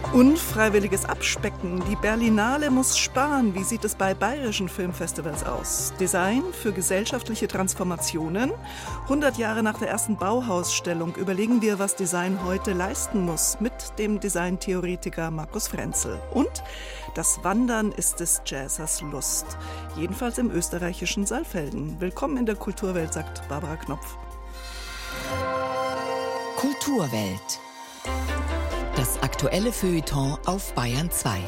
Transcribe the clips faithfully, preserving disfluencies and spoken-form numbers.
Unfreiwilliges Abspecken. Die Berlinale muss sparen. Wie sieht es bei bayerischen Filmfestivals aus? Design für gesellschaftliche Transformationen? hundert Jahre nach der ersten Bauhausstellung überlegen wir, was Design heute leisten muss, mit dem Designtheoretiker Markus Frenzel. Und das Wandern ist des Jazzers Lust. Jedenfalls im österreichischen Saalfelden. Willkommen in der Kulturwelt, sagt Barbara Knopf. Kulturwelt. Das aktuelle Feuilleton auf Bayern zwei.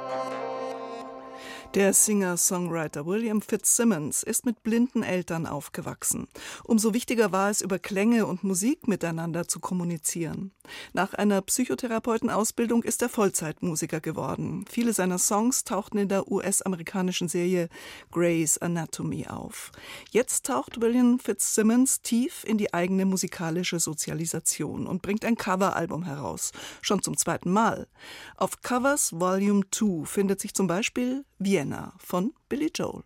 Der Singer-Songwriter William Fitzsimmons ist mit blinden Eltern aufgewachsen. Umso wichtiger war es, über Klänge und Musik miteinander zu kommunizieren. Nach einer Psychotherapeutenausbildung ist er Vollzeitmusiker geworden. Viele seiner Songs tauchten in der U S-amerikanischen Serie Grey's Anatomy auf. Jetzt taucht William Fitzsimmons tief in die eigene musikalische Sozialisation und bringt ein Coveralbum heraus, schon zum zweiten Mal. Auf Covers Volume zwei findet sich zum Beispiel Vienna von Billy Joel.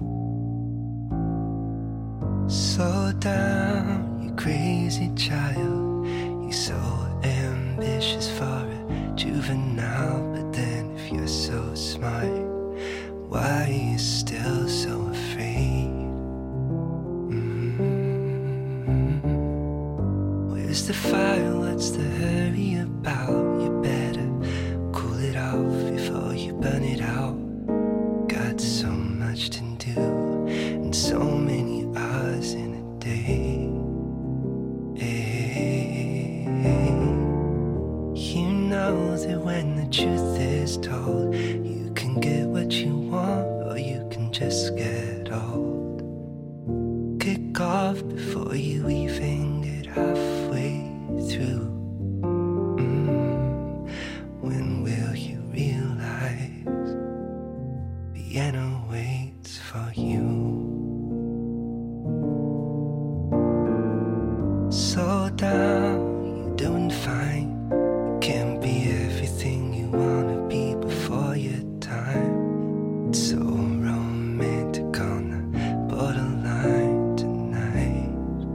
Slow down, you crazy child. You're so ambitious for a juvenile, but then if you're so smart, why are you still so afraid? Mm-hmm. Where's the fire? What's the hurry about? You better cool it off before you burn it out. Got so much to do and so many hours in a day. Hey, you know that when the truth is told, you can get what you want or you can just get old. Kick off before you even get halfway through. Mm, when will you realize Vienna waits for you? Slow down, you're doing fine. You can't be everything you wanna be before your time. It's so romantic on the borderline tonight.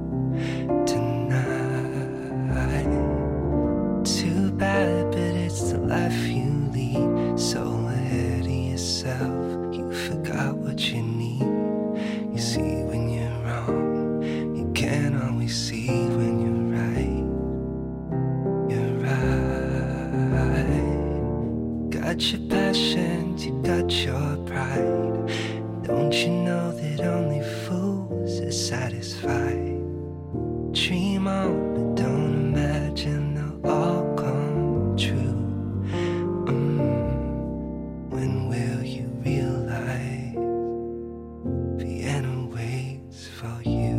Tonight. Too bad, but it's the life you lead. So ahead of yourself, you forgot what you need. You see when you're wrong, you can't always see when you're right. You're right. Got your passions, you got your pride. Don't you know that only fools are satisfied? Dream on, but don't imagine they'll all come true. Mm. When will you realize Vienna waits for you?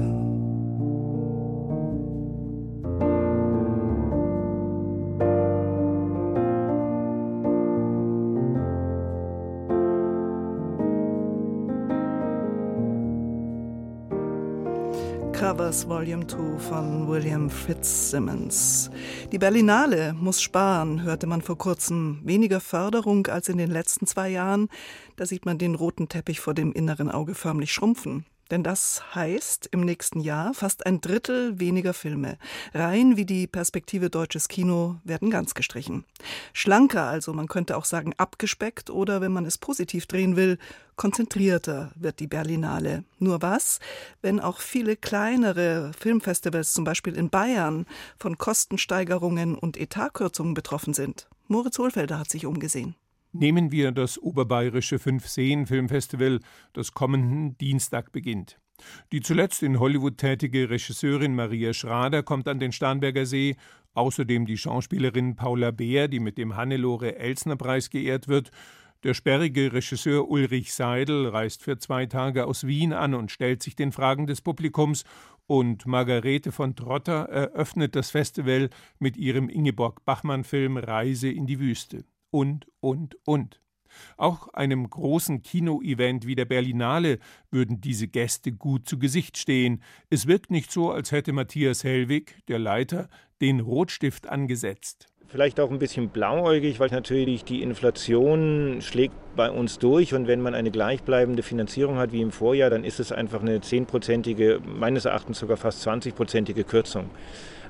Covers Volume zwei von William Fitzsimmons. Die Berlinale muss sparen, hörte man vor kurzem. Weniger Förderung als in den letzten zwei Jahren. Da sieht man den roten Teppich vor dem inneren Auge förmlich schrumpfen. Denn das heißt im nächsten Jahr fast ein Drittel weniger Filme. Reihen wie die Perspektive Deutsches Kino werden ganz gestrichen. Schlanker, also man könnte auch sagen abgespeckt oder, wenn man es positiv drehen will, konzentrierter wird die Berlinale. Nur was, wenn auch viele kleinere Filmfestivals, zum Beispiel in Bayern, von Kostensteigerungen und Etatkürzungen betroffen sind? Moritz Hohlfelder hat sich umgesehen. Nehmen wir das Oberbayerische Fünf-Seen-Filmfestival, das kommenden Dienstag beginnt. Die zuletzt in Hollywood tätige Regisseurin Maria Schrader kommt an den Starnberger See, außerdem die Schauspielerin Paula Beer, die mit dem Hannelore-Elsner-Preis geehrt wird. Der sperrige Regisseur Ulrich Seidel reist für zwei Tage aus Wien an und stellt sich den Fragen des Publikums. Und Margarete von Trotter eröffnet das Festival mit ihrem Ingeborg-Bachmann-Film Reise in die Wüste. Und, und, und. Auch einem großen Kino-Event wie der Berlinale würden diese Gäste gut zu Gesicht stehen. Es wirkt nicht so, als hätte Matthias Hellwig, der Leiter, den Rotstift angesetzt. Vielleicht auch ein bisschen blauäugig, weil natürlich die Inflation schlägt bei uns durch. Und wenn man eine gleichbleibende Finanzierung hat wie im Vorjahr, dann ist es einfach eine zehnprozentige, meines Erachtens sogar fast zwanzigprozentige Kürzung.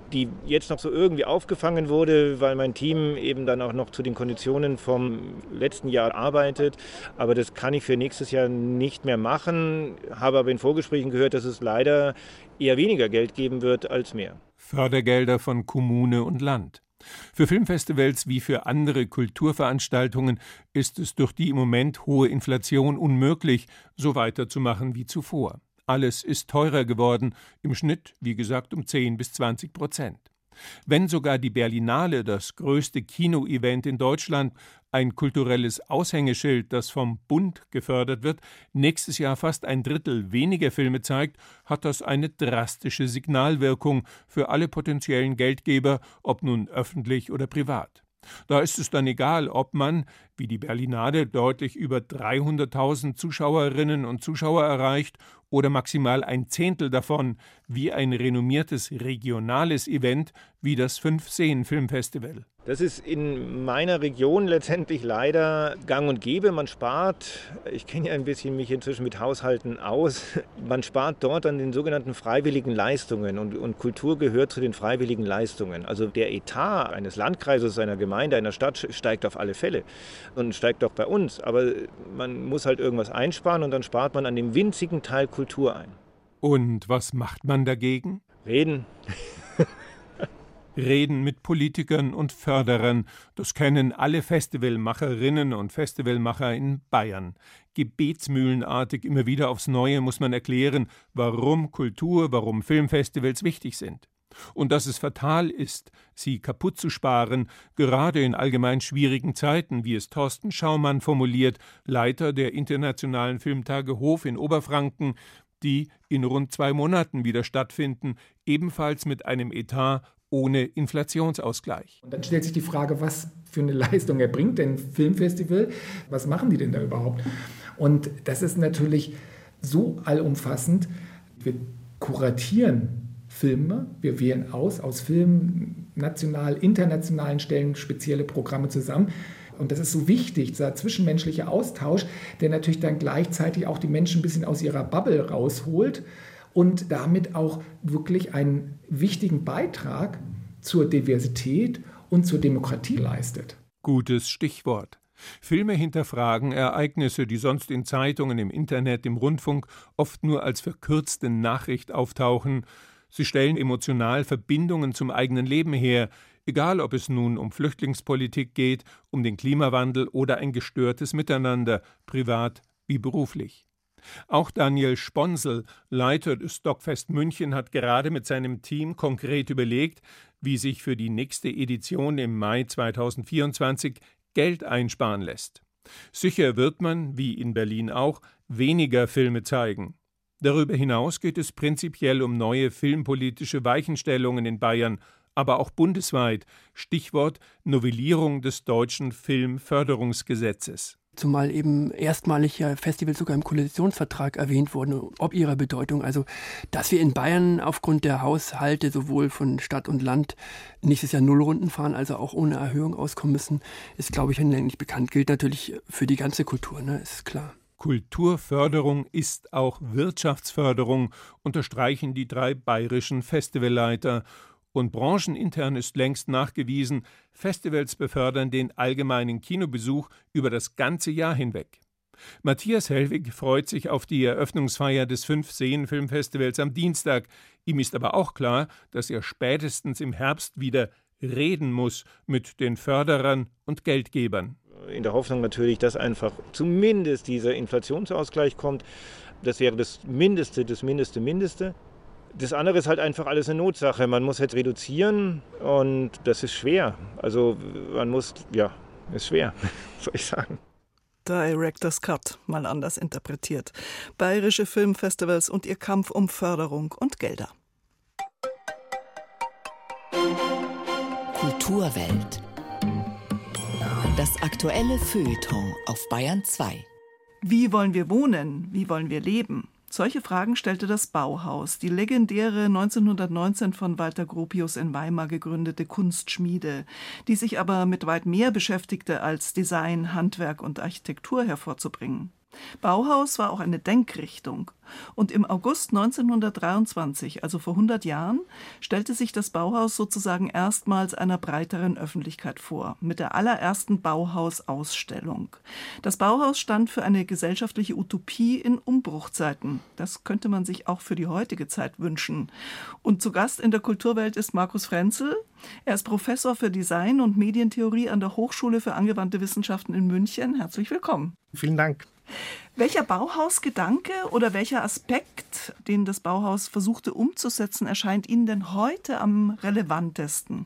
die jetzt noch so irgendwie aufgefangen wurde, weil mein Team eben dann auch noch zu den Konditionen vom letzten Jahr arbeitet. Aber das kann ich für nächstes Jahr nicht mehr machen, habe aber in Vorgesprächen gehört, dass es leider eher weniger Geld geben wird als mehr. Fördergelder von Kommune und Land. Für Filmfestivals wie für andere Kulturveranstaltungen ist es durch die im Moment hohe Inflation unmöglich, so weiterzumachen wie zuvor. Alles ist teurer geworden, im Schnitt, wie gesagt, um zehn bis zwanzig Prozent. Wenn sogar die Berlinale, das größte Kino-Event in Deutschland, ein kulturelles Aushängeschild, das vom Bund gefördert wird, nächstes Jahr fast ein Drittel weniger Filme zeigt, hat das eine drastische Signalwirkung für alle potenziellen Geldgeber, ob nun öffentlich oder privat. Da ist es dann egal, ob man, wie die Berlinale, deutlich über dreihunderttausend Zuschauerinnen und Zuschauer erreicht oder maximal ein Zehntel davon, wie ein renommiertes regionales Event wie das Fünf-Seen-Filmfestival. Das ist in meiner Region letztendlich leider gang und gäbe. Man spart, ich kenne ja ein bisschen mich inzwischen mit Haushalten aus, man spart dort an den sogenannten freiwilligen Leistungen und, und Kultur gehört zu den freiwilligen Leistungen. Also der Etat eines Landkreises, einer Gemeinde, einer Stadt steigt auf alle Fälle und steigt auch bei uns. Aber man muss halt irgendwas einsparen und dann spart man an dem winzigen Teil Kultur ein. Und was macht man dagegen? Reden. Reden mit Politikern und Förderern, das kennen alle Festivalmacherinnen und Festivalmacher in Bayern. Gebetsmühlenartig immer wieder aufs Neue muss man erklären, warum Kultur, warum Filmfestivals wichtig sind. Und dass es fatal ist, sie kaputt zu sparen, gerade in allgemein schwierigen Zeiten, wie es Thorsten Schaumann formuliert, Leiter der Internationalen Filmtage Hof in Oberfranken, die in rund zwei Monaten wieder stattfinden, ebenfalls mit einem Etat ohne Inflationsausgleich. Und dann stellt sich die Frage, was für eine Leistung erbringt denn ein Filmfestival? Was machen die denn da überhaupt? Und das ist natürlich so allumfassend. Wir kuratieren Filme, wir wählen aus, aus Filmen, national, internationalen stellen spezielle Programme zusammen. Und das ist so wichtig, dieser zwischenmenschliche Austausch, der natürlich dann gleichzeitig auch die Menschen ein bisschen aus ihrer Bubble rausholt und damit auch wirklich einen wichtigen Beitrag zur Diversität und zur Demokratie leistet. Gutes Stichwort. Filme hinterfragen Ereignisse, die sonst in Zeitungen, im Internet, im Rundfunk oft nur als verkürzte Nachricht auftauchen. Sie stellen emotional Verbindungen zum eigenen Leben her, egal ob es nun um Flüchtlingspolitik geht, um den Klimawandel oder ein gestörtes Miteinander, privat wie beruflich. Auch Daniel Sponsel, Leiter des Stockfest München, hat gerade mit seinem Team konkret überlegt, wie sich für die nächste Edition im Mai zweitausendvierundzwanzig Geld einsparen lässt. Sicher wird man, wie in Berlin auch, weniger Filme zeigen. Darüber hinaus geht es prinzipiell um neue filmpolitische Weichenstellungen in Bayern, aber auch bundesweit, Stichwort Novellierung des deutschen Filmförderungsgesetzes. Zumal eben erstmalig ja Festivals sogar im Koalitionsvertrag erwähnt wurden, ob ihrer Bedeutung. Also, dass wir in Bayern aufgrund der Haushalte sowohl von Stadt und Land nächstes Jahr Nullrunden fahren, also auch ohne Erhöhung auskommen müssen, ist, glaube ich, hinlänglich bekannt. Gilt natürlich für die ganze Kultur, ne, ist klar. Kulturförderung ist auch Wirtschaftsförderung, unterstreichen die drei bayerischen Festivalleiter. Und branchenintern ist längst nachgewiesen, Festivals befördern den allgemeinen Kinobesuch über das ganze Jahr hinweg. Matthias Hellwig freut sich auf die Eröffnungsfeier des Fünf-Seen-Filmfestivals am Dienstag. Ihm ist aber auch klar, dass er spätestens im Herbst wieder reden muss mit den Förderern und Geldgebern. In der Hoffnung natürlich, dass einfach zumindest dieser Inflationsausgleich kommt. Das wäre das Mindeste, das Mindeste, Mindeste. Das andere ist halt einfach alles eine Notsache. Man muss jetzt reduzieren und das ist schwer. Also man muss, ja, ist schwer, soll ich sagen. Director's Cut, mal anders interpretiert. Bayerische Filmfestivals und ihr Kampf um Förderung und Gelder. Kulturwelt. Das aktuelle Feuilleton auf Bayern zwei. Wie wollen wir wohnen? Wie wollen wir leben? Solche Fragen stellte das Bauhaus, die legendäre neunzehnhundertneunzehn von Walter Gropius in Weimar gegründete Kunstschmiede, die sich aber mit weit mehr beschäftigte, als Design, Handwerk und Architektur hervorzubringen. Bauhaus war auch eine Denkrichtung. Und im August neunzehnhundertdreiundzwanzig, also vor hundert Jahren, stellte sich das Bauhaus sozusagen erstmals einer breiteren Öffentlichkeit vor, mit der allerersten Bauhaus-Ausstellung. Das Bauhaus stand für eine gesellschaftliche Utopie in Umbruchzeiten. Das könnte man sich auch für die heutige Zeit wünschen. Und zu Gast in der Kulturwelt ist Markus Frenzel. Er ist Professor für Design und Medientheorie an der Hochschule für angewandte Wissenschaften in München. Herzlich willkommen. Vielen Dank. Welcher Bauhausgedanke oder welcher Aspekt, den das Bauhaus versuchte umzusetzen, erscheint Ihnen denn heute am relevantesten?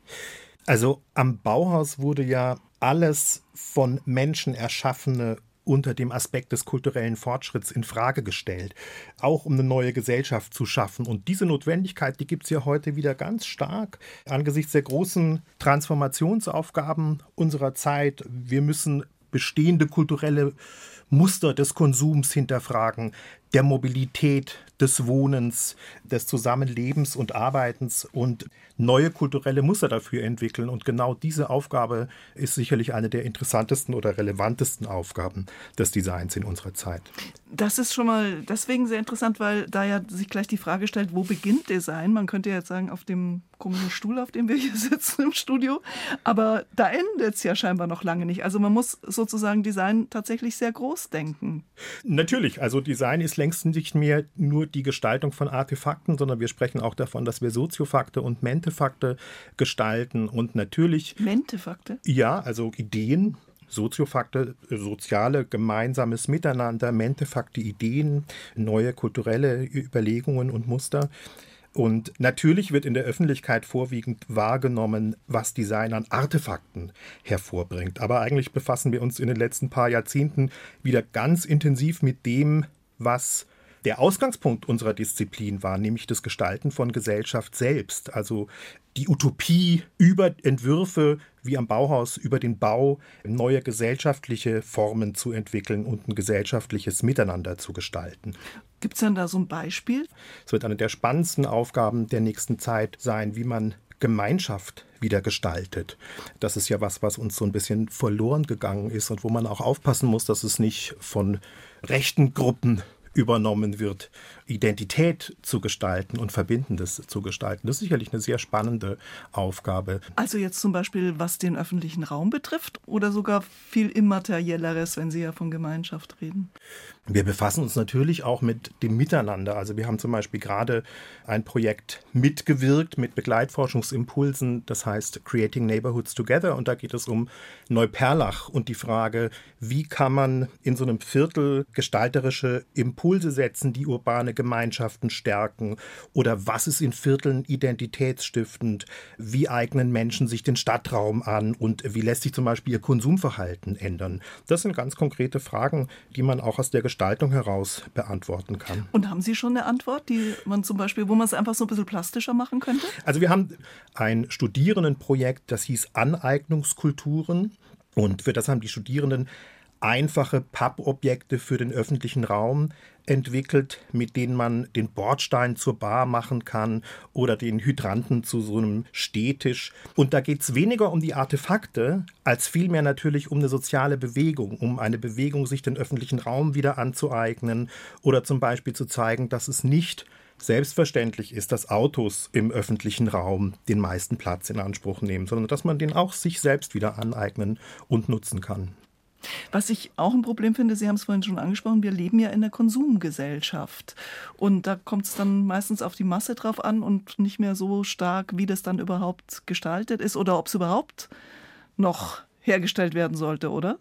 Also am Bauhaus wurde ja alles von Menschen Erschaffene unter dem Aspekt des kulturellen Fortschritts in Frage gestellt, auch um eine neue Gesellschaft zu schaffen. Und diese Notwendigkeit, die gibt es ja heute wieder ganz stark angesichts der großen Transformationsaufgaben unserer Zeit. Wir müssen bestehende kulturelle Muster des Konsums hinterfragen, der Mobilität, des Wohnens, des Zusammenlebens und Arbeitens und neue kulturelle Muster dafür entwickeln. Und genau diese Aufgabe ist sicherlich eine der interessantesten oder relevantesten Aufgaben des Designs in unserer Zeit. Das ist schon mal deswegen sehr interessant, weil da ja sich gleich die Frage stellt, wo beginnt Design? Man könnte jetzt sagen, auf dem komischen Stuhl, auf dem wir hier sitzen im Studio. Aber da endet es ja scheinbar noch lange nicht. Also man muss sozusagen Design tatsächlich sehr groß denken. Natürlich, also Design ist längst nicht mehr nur die Gestaltung von Artefakten, sondern wir sprechen auch davon, dass wir Soziofakte und Mentefakte gestalten. Und natürlich... Mentefakte? Ja, also Ideen. Soziofakte, soziale, gemeinsames Miteinander, Mentefakte, Ideen, neue kulturelle Überlegungen und Muster. Und natürlich wird in der Öffentlichkeit vorwiegend wahrgenommen, was Design an Artefakten hervorbringt. Aber eigentlich befassen wir uns in den letzten paar Jahrzehnten wieder ganz intensiv mit dem, was der Ausgangspunkt unserer Disziplin war, nämlich das Gestalten von Gesellschaft selbst. Also die Utopie über Entwürfe wie am Bauhaus, über den Bau, neue gesellschaftliche Formen zu entwickeln und ein gesellschaftliches Miteinander zu gestalten. Gibt es denn da so ein Beispiel? Es wird eine der spannendsten Aufgaben der nächsten Zeit sein, wie man Gemeinschaft wieder gestaltet. Das ist ja was, was uns so ein bisschen verloren gegangen ist und wo man auch aufpassen muss, dass es nicht von rechten Gruppen übernommen wird, Identität zu gestalten und Verbindendes zu gestalten. Das ist sicherlich eine sehr spannende Aufgabe. Also jetzt zum Beispiel, was den öffentlichen Raum betrifft oder sogar viel Immaterielleres, wenn Sie ja von Gemeinschaft reden? Wir befassen uns natürlich auch mit dem Miteinander. Also wir haben zum Beispiel gerade ein Projekt mitgewirkt mit Begleitforschungsimpulsen, das heißt Creating Neighborhoods Together. Und da geht es um Neuperlach und die Frage, wie kann man in so einem Viertel gestalterische Impulse setzen, die urbane Gemeinschaften stärken, oder was ist in Vierteln identitätsstiftend, wie eignen Menschen sich den Stadtraum an und wie lässt sich zum Beispiel ihr Konsumverhalten ändern. Das sind ganz konkrete Fragen, die man auch aus der Gestaltung heraus beantworten kann. Und haben Sie schon eine Antwort, die man zum Beispiel, wo man es einfach so ein bisschen plastischer machen könnte? Also wir haben ein Studierendenprojekt, das hieß Aneignungskulturen, und für das haben die Studierenden einfache Pappobjekte für den öffentlichen Raum entwickelt, mit denen man den Bordstein zur Bar machen kann oder den Hydranten zu so einem Stehtisch. Und da geht es weniger um die Artefakte, als vielmehr natürlich um eine soziale Bewegung, um eine Bewegung, sich den öffentlichen Raum wieder anzueignen oder zum Beispiel zu zeigen, dass es nicht selbstverständlich ist, dass Autos im öffentlichen Raum den meisten Platz in Anspruch nehmen, sondern dass man den auch sich selbst wieder aneignen und nutzen kann. Was ich auch ein Problem finde, Sie haben es vorhin schon angesprochen, wir leben ja in einer Konsumgesellschaft. Und da kommt es dann meistens auf die Masse drauf an und nicht mehr so stark, wie das dann überhaupt gestaltet ist oder ob es überhaupt noch hergestellt werden sollte, oder?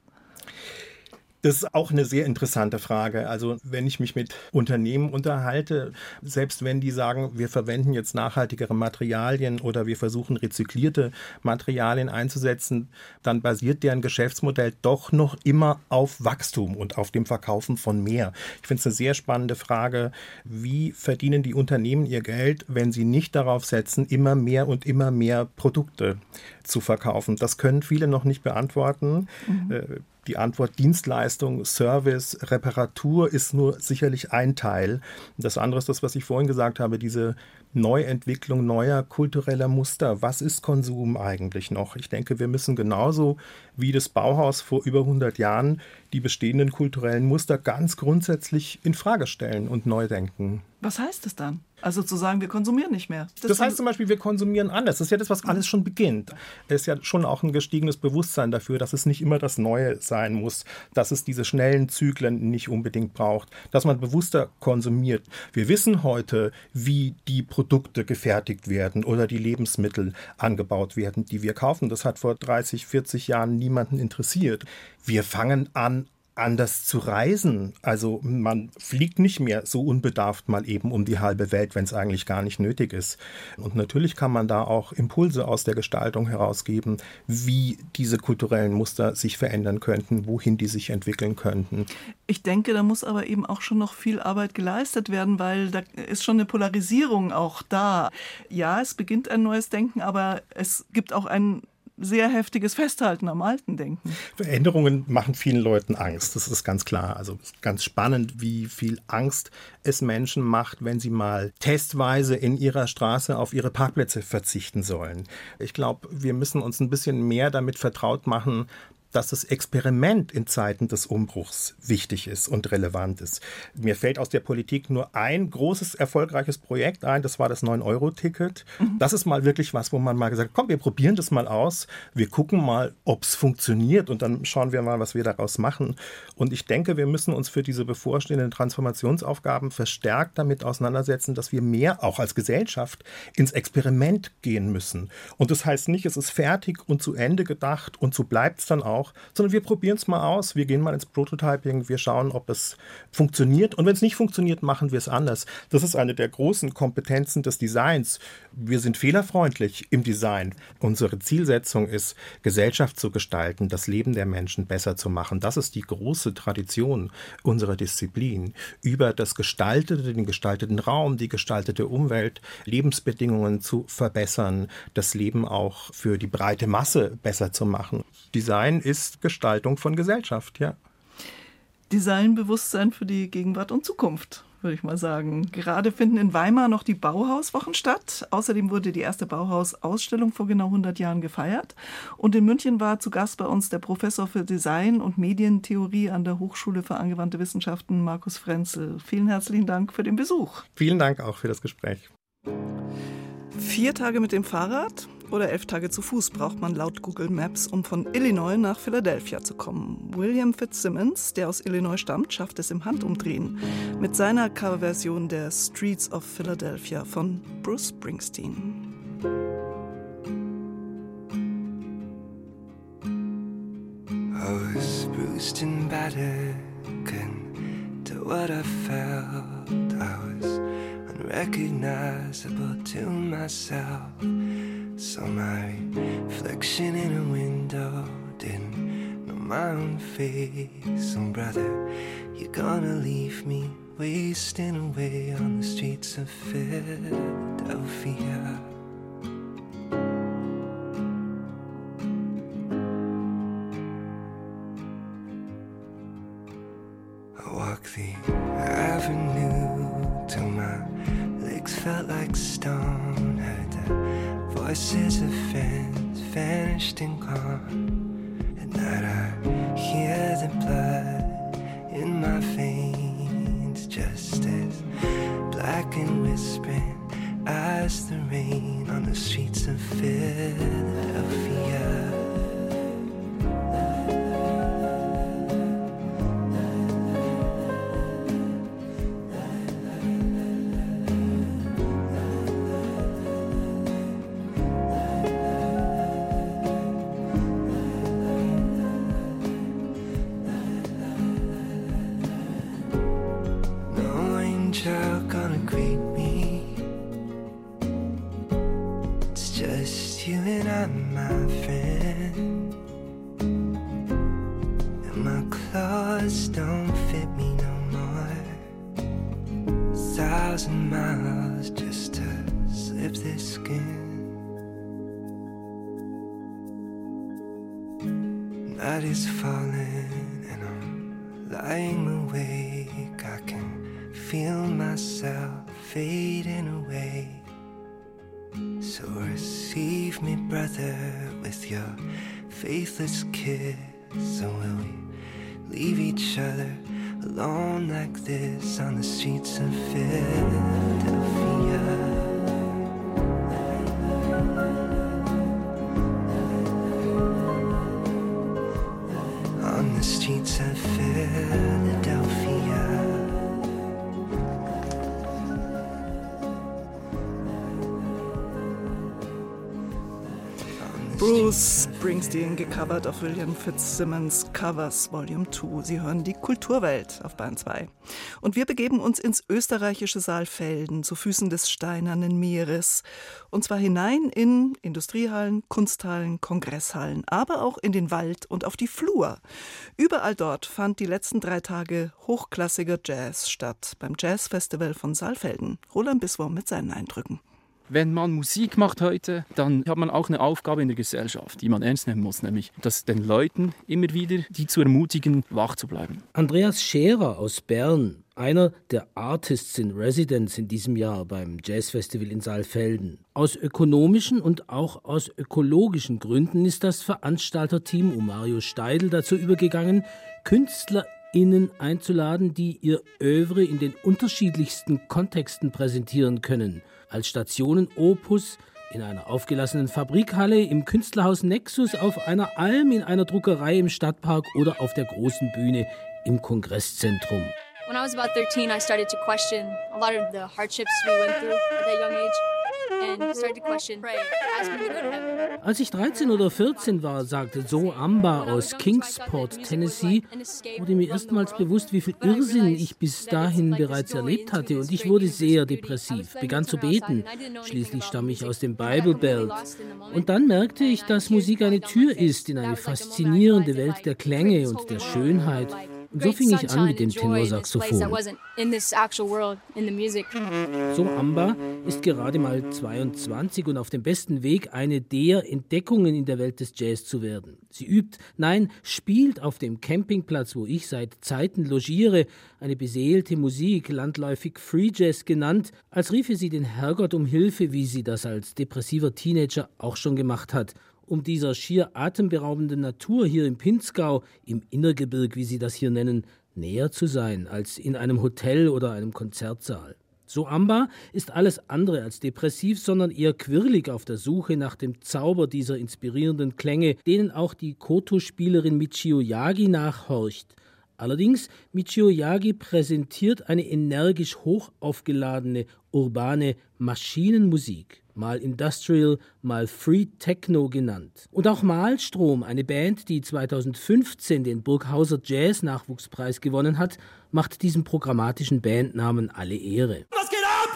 Das ist auch eine sehr interessante Frage. Also wenn ich mich mit Unternehmen unterhalte, selbst wenn die sagen, wir verwenden jetzt nachhaltigere Materialien oder wir versuchen rezyklierte Materialien einzusetzen, dann basiert deren Geschäftsmodell doch noch immer auf Wachstum und auf dem Verkaufen von mehr. Ich finde es eine sehr spannende Frage, wie verdienen die Unternehmen ihr Geld, wenn sie nicht darauf setzen, immer mehr und immer mehr Produkte zu verkaufen. Das können viele noch nicht beantworten. Mhm. Die Antwort Dienstleistung, Service, Reparatur ist nur sicherlich ein Teil. Das andere ist das, was ich vorhin gesagt habe, diese Neuentwicklung neuer kultureller Muster. Was ist Konsum eigentlich noch? Ich denke, wir müssen genauso wie das Bauhaus vor über hundert Jahren die bestehenden kulturellen Muster ganz grundsätzlich in Frage stellen und neu denken. Was heißt es dann? Also zu sagen, wir konsumieren nicht mehr. Das, das heißt zum Beispiel, wir konsumieren anders. Das ist ja das, was alles schon beginnt. Es ist ja schon auch ein gestiegenes Bewusstsein dafür, dass es nicht immer das Neue sein muss, dass es diese schnellen Zyklen nicht unbedingt braucht, dass man bewusster konsumiert. Wir wissen heute, wie die Produkte gefertigt werden oder die Lebensmittel angebaut werden, die wir kaufen. Das hat vor dreißig, vierzig Jahren niemanden interessiert. Wir fangen an, anders zu reisen. Also man fliegt nicht mehr so unbedarft mal eben um die halbe Welt, wenn es eigentlich gar nicht nötig ist. Und natürlich kann man da auch Impulse aus der Gestaltung herausgeben, wie diese kulturellen Muster sich verändern könnten, wohin die sich entwickeln könnten. Ich denke, da muss aber eben auch schon noch viel Arbeit geleistet werden, weil da ist schon eine Polarisierung auch da. Ja, es beginnt ein neues Denken, aber es gibt auch ein sehr heftiges Festhalten am alten Denken. Veränderungen machen vielen Leuten Angst, das ist ganz klar. Also es ist ganz spannend, wie viel Angst es Menschen macht, wenn sie mal testweise in ihrer Straße auf ihre Parkplätze verzichten sollen. Ich glaube, wir müssen uns ein bisschen mehr damit vertraut machen, dass das Experiment in Zeiten des Umbruchs wichtig ist und relevant ist. Mir fällt aus der Politik nur ein großes, erfolgreiches Projekt ein, das war das neun Euro Ticket. Mhm. Das ist mal wirklich was, wo man mal gesagt hat, komm, wir probieren das mal aus, wir gucken mal, ob es funktioniert und dann schauen wir mal, was wir daraus machen. Und ich denke, wir müssen uns für diese bevorstehenden Transformationsaufgaben verstärkt damit auseinandersetzen, dass wir mehr, auch als Gesellschaft, ins Experiment gehen müssen. Und das heißt nicht, es ist fertig und zu Ende gedacht und so bleibt es dann auch, sondern wir probieren es mal aus, wir gehen mal ins Prototyping, wir schauen, ob es funktioniert und wenn es nicht funktioniert, machen wir es anders. Das ist eine der großen Kompetenzen des Designs. Wir sind fehlerfreundlich im Design. Unsere Zielsetzung ist, Gesellschaft zu gestalten, das Leben der Menschen besser zu machen. Das ist die große Tradition unserer Disziplin. Über das Gestaltete, den gestalteten Raum, die gestaltete Umwelt, Lebensbedingungen zu verbessern, das Leben auch für die breite Masse besser zu machen. Design ist Gestaltung von Gesellschaft, ja. Designbewusstsein für die Gegenwart und Zukunft, würde ich mal sagen. Gerade finden in Weimar noch die Bauhauswochen statt. Außerdem wurde die erste Bauhaus-Ausstellung vor genau hundert Jahren gefeiert. Und in München war zu Gast bei uns der Professor für Design und Medientheorie an der Hochschule für angewandte Wissenschaften, Markus Frenzel. Vielen herzlichen Dank für den Besuch. Vielen Dank auch für das Gespräch. Vier Tage mit dem Fahrrad oder elf Tage zu Fuß braucht man laut Google Maps, um von Illinois nach Philadelphia zu kommen. William Fitzsimmons, der aus Illinois stammt, schafft es im Handumdrehen mit seiner Coverversion der Streets of Philadelphia von Bruce Springsteen. I was bruised and battered, couldn't do what I felt. I was unrecognizable to myself. Saw my reflection in a window, didn't know my own face. Oh brother, you're gonna leave me wasting away on the streets of Philadelphia. I walked the avenue till my legs felt like stone. Heard the voices of friends vanished and gone. At night I hear the blood in my veins, just as black and whispering as the rain on the streets of Philadelphia. night is falling and I'm lying awake. I can feel myself fading away. So receive me, brother, with your faithless kiss. So will we leave each other alone like this on the streets of Philadelphia? On the streets of Philadelphia. Bruce Springsteen gecovert auf William Fitzsimmons Covers Volume zwei. Sie hören die Kulturwelt auf Bayern zwei. Und wir begeben uns ins österreichische Saalfelden, zu Füßen des steinernen Meeres. Und zwar hinein in Industriehallen, Kunsthallen, Kongresshallen, aber auch in den Wald und auf die Flur. Überall dort fand die letzten drei Tage hochklassiger Jazz statt, beim Jazzfestival von Saalfelden. Roland Biswar mit seinen Eindrücken. Wenn man Musik macht heute, dann hat man auch eine Aufgabe in der Gesellschaft, die man ernst nehmen muss, nämlich das den Leuten immer wieder, die zu ermutigen, wach zu bleiben. Andreas Scherer aus Bern, einer der Artists in Residence in diesem Jahr beim Jazzfestival in Saalfelden. Aus ökonomischen und auch aus ökologischen Gründen ist das Veranstalterteam um Mario Steidl dazu übergegangen, KünstlerInnen einzuladen, die ihr Œuvre in den unterschiedlichsten Kontexten präsentieren können. Als Stationen Opus, in einer aufgelassenen Fabrikhalle, im Künstlerhaus Nexus, auf einer Alm, in einer Druckerei im Stadtpark oder auf der großen Bühne im Kongresszentrum. When I was about thirteen, I started to question a lot of the hardships we went through at that young age. And started to question, pray, asking to go to heaven. Als ich dreizehn oder vierzehn war, sagte Zoe Amba aus Kingsport, Tennessee, wurde mir erstmals bewusst, wie viel Irrsinn ich bis dahin bereits erlebt hatte. Und ich wurde sehr depressiv, begann zu beten. Schließlich stamme ich aus dem Bible Belt. Und dann merkte ich, dass Musik eine Tür ist in eine faszinierende Welt der Klänge und der Schönheit. Und so fing ich an mit dem Tenorsaxophon. So Amba ist gerade mal zweiundzwanzig und auf dem besten Weg, eine der Entdeckungen in der Welt des Jazz zu werden. Sie übt, nein, spielt auf dem Campingplatz, wo ich seit Zeiten logiere, eine beseelte Musik, landläufig Free Jazz genannt, als riefe sie den Herrgott um Hilfe, wie sie das als depressiver Teenager auch schon gemacht hat. Um dieser schier atemberaubenden Natur hier im Pinzgau, im Innergebirg, wie sie das hier nennen, näher zu sein als in einem Hotel oder einem Konzertsaal. So Amba ist alles andere als depressiv, sondern eher quirlig auf der Suche nach dem Zauber dieser inspirierenden Klänge, denen auch die Koto-Spielerin Michio Yagi nachhorcht. Allerdings, Michio Yagi präsentiert eine energisch hoch aufgeladene, urbane Maschinenmusik. Mal Industrial, mal Free Techno genannt. Und auch Malstrom, eine Band, die zweitausendfünfzehn den Burghauser Jazz Nachwuchspreis gewonnen hat, macht diesem programmatischen Bandnamen alle Ehre. Was geht ab?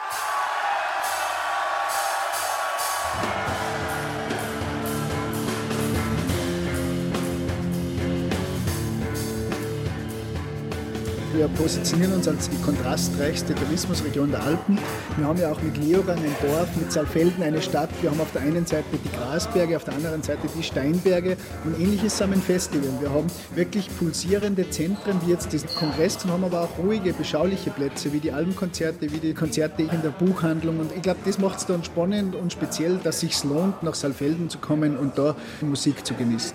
Wir positionieren uns als die kontrastreichste Tourismusregion der Alpen. Wir haben ja auch mit Leogang ein Dorf, mit Saalfelden eine Stadt. Wir haben auf der einen Seite die Grasberge, auf der anderen Seite die Steinberge. Und ähnliches haben wir ein Festival. Wir haben wirklich pulsierende Zentren wie jetzt das Kongress und haben aber auch ruhige, beschauliche Plätze wie die Albenkonzerte, wie die Konzerte in der Buchhandlung. Und ich glaube, das macht es dann spannend und speziell, dass es sich lohnt, nach Saalfelden zu kommen und da Musik zu genießen.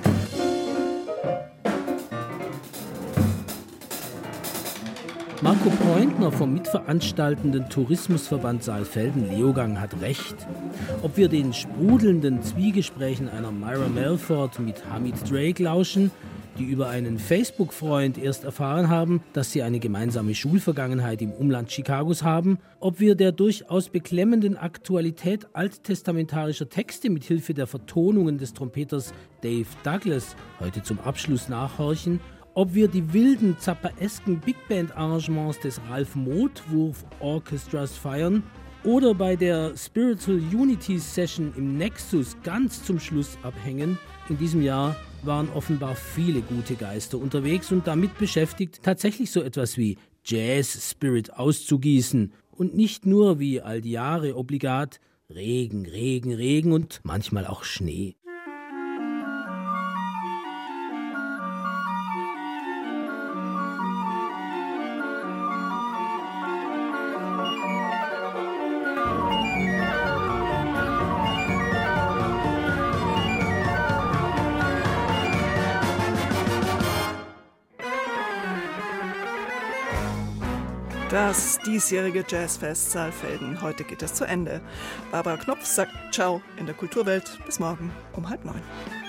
Marco Pointner vom mitveranstaltenden Tourismusverband Saalfelden Leogang hat recht. Ob wir den sprudelnden Zwiegesprächen einer Myra Melford mit Hamid Drake lauschen, die über einen Facebook-Freund erst erfahren haben, dass sie eine gemeinsame Schulvergangenheit im Umland Chicagos haben, ob wir der durchaus beklemmenden Aktualität alttestamentarischer Texte mit Hilfe der Vertonungen des Trompeters Dave Douglas heute zum Abschluss nachhorchen, ob wir die wilden, zappaesken Big-Band-Arrangements des Ralf Mothwurf Orchestras feiern oder bei der Spiritual Unity Session im Nexus ganz zum Schluss abhängen. In diesem Jahr waren offenbar viele gute Geister unterwegs und damit beschäftigt, tatsächlich so etwas wie Jazz-Spirit auszugießen und nicht nur wie all die Jahre obligat Regen, Regen, Regen und manchmal auch Schnee. Das diesjährige Jazzfest Saalfelden. Heute geht es zu Ende. Barbara Knopf sagt Ciao in der Kulturwelt. Bis morgen um halb neun.